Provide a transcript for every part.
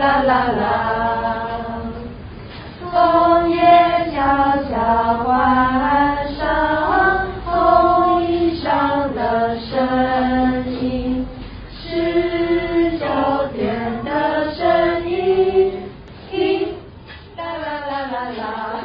啦啦啦，枫叶悄悄换上红衣裳的身影，是秋天的声音，听，啦啦啦啦啦。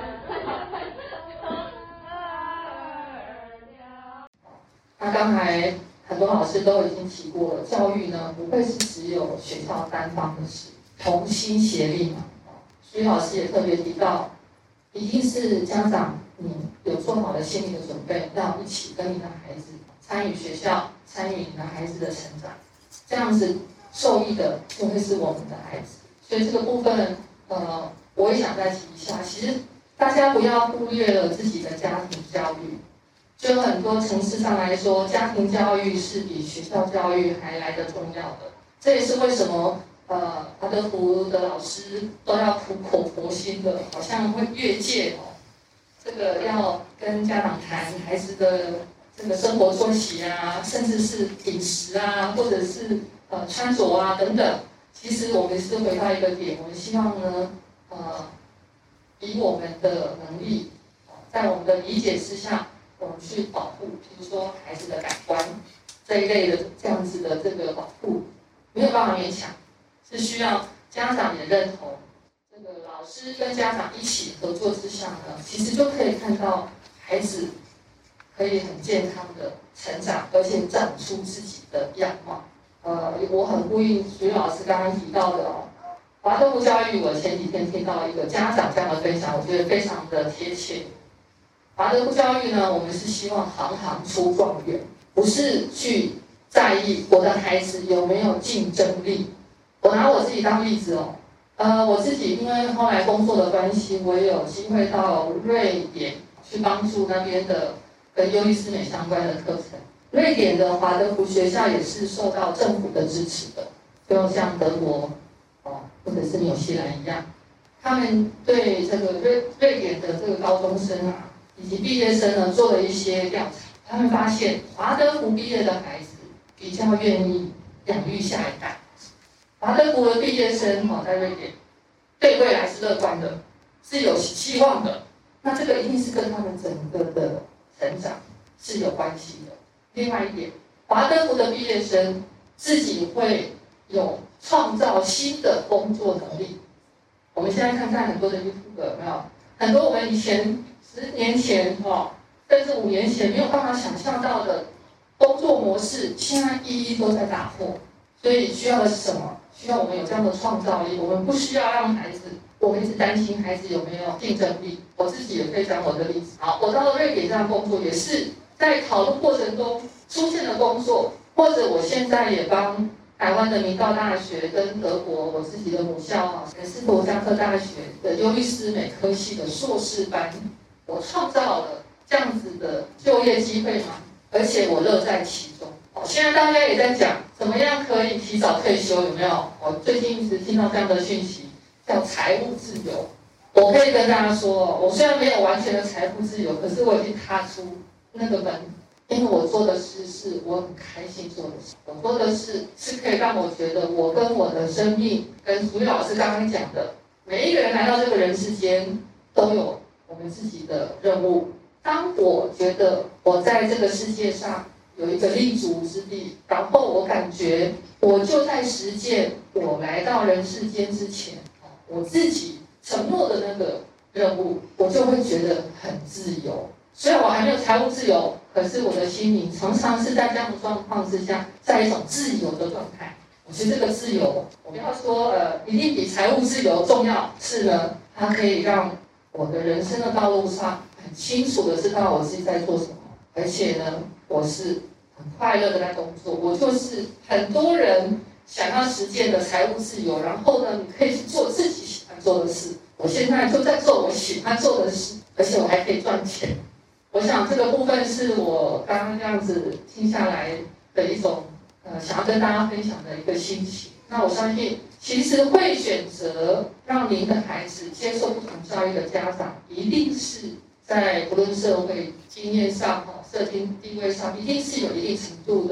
那刚才很多老师都已经提过了，教育呢不会是只有学校单方的事，同心协力嘛。所以老师也特别提到，一定是家长你有做好了心理的准备，要一起跟你的孩子参与学校，参与你的孩子的成长，这样子受益的就会是我们的孩子。所以这个部分，我也想再提一下，其实大家不要忽略了自己的家庭教育。就很多层次上来说，家庭教育是比学校教育还来得重要的。这也是为什么华德福的老师都要苦口婆心的，好像会越界这个要跟家长谈孩子的这个生活作息啊，甚至是饮食啊，或者是穿着啊等等。其实我们是回到一个点，我们希望呢，以我们的能力，在我们的理解之下，我们去保护，比如说孩子的感官这一类的这样子的这个保护，没有办法勉强，是需要家长也认同，这个老师跟家长一起合作之下呢，其实就可以看到孩子可以很健康的成长，而且长出自己的样貌。我很呼应徐老师刚刚提到的华德福教育，我前几天听到一个家长这样的分享，我觉得非常的贴切。华德福教育呢，我们是希望行行出状元，不是去在意我的孩子有没有竞争力。我拿我自己当例子我自己因为后来工作的关系，我也有机会到瑞典去帮助那边的跟优律思美相关的课程。瑞典的华德福学校也是受到政府的支持的，就像德国或者是纽西兰一样，他们对这个瑞典的这个高中生以及毕业生呢做了一些调查，他们发现华德福毕业的孩子比较愿意养育下一代。华德福的毕业生在瑞典对未来是乐观的，是有希望的。那这个一定是跟他们整个的成长是有关系的。另外一点，华德福的毕业生自己会有创造新的工作能力。我们现在看看很多的 YouTube 有没有？很多我们以前10年前甚至5年前没有办法想象到的工作模式，现在一一都在打破。所以需要的是什么？需要我们有这样的创造力。我们不需要让孩子，我们一直担心孩子有没有竞争力。我自己也可以讲我的例子。好，我到了瑞典这样工作，也是在讨论过程中出现的工作，或者我现在也帮台湾的明道大学跟德国我自己的母校也是国家科大学的优律思美科系的硕士班，我创造了这样子的就业机会嘛，而且我乐在其中。现在大家也在讲怎么样可以提早退休，有没有？我最近一直听到这样的讯息，叫财务自由。我可以跟大家说，我虽然没有完全的财富自由，可是我已经踏出那个门，因为我做的事是我很开心做的事，我做的事是可以让我觉得我跟我的生命，跟苏玉老师刚刚讲的，每一个人来到这个人世间都有我们自己的任务。当我觉得我在这个世界上有一个立足之地，然后我感觉我就在实践我来到人世间之前我自己承诺的那个任务，我就会觉得很自由。虽然我还没有财务自由，可是我的心灵常常是在这样的状况之下，在一种自由的状态。我觉得这个自由，我不要说一定比财务自由重要，是呢，它可以让我的人生的道路上很清楚的知道我自己在做什么，而且呢，我是很快乐的在工作。我就是很多人想要实践的财务自由，然后呢，你可以去做自己喜欢做的事。我现在就在做我喜欢做的事，而且我还可以赚钱。我想这个部分是我刚刚这样子听下来的一种想要跟大家分享的一个心情。那我相信，其实会选择让您的孩子接受不同教育的家长，一定是在不论社会经验上、社经地位上，一定是有一定程度的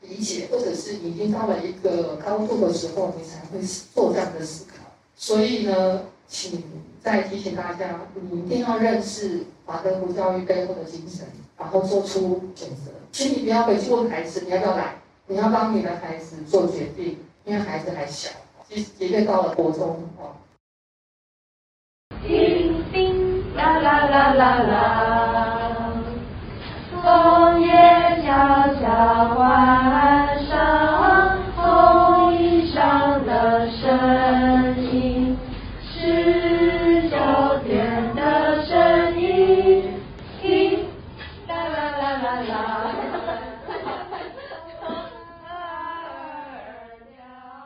理解，或者是已经到了一个高度的时候，你才会做这样的思考。所以呢，请再提醒大家，你一定要认识华德福教育背后的精神，然后做出选择。请你不要回去问孩子你要不要来，你要帮你的孩子做决定，因为孩子还小，即便到了国中叮叮啦啦啦啦啦。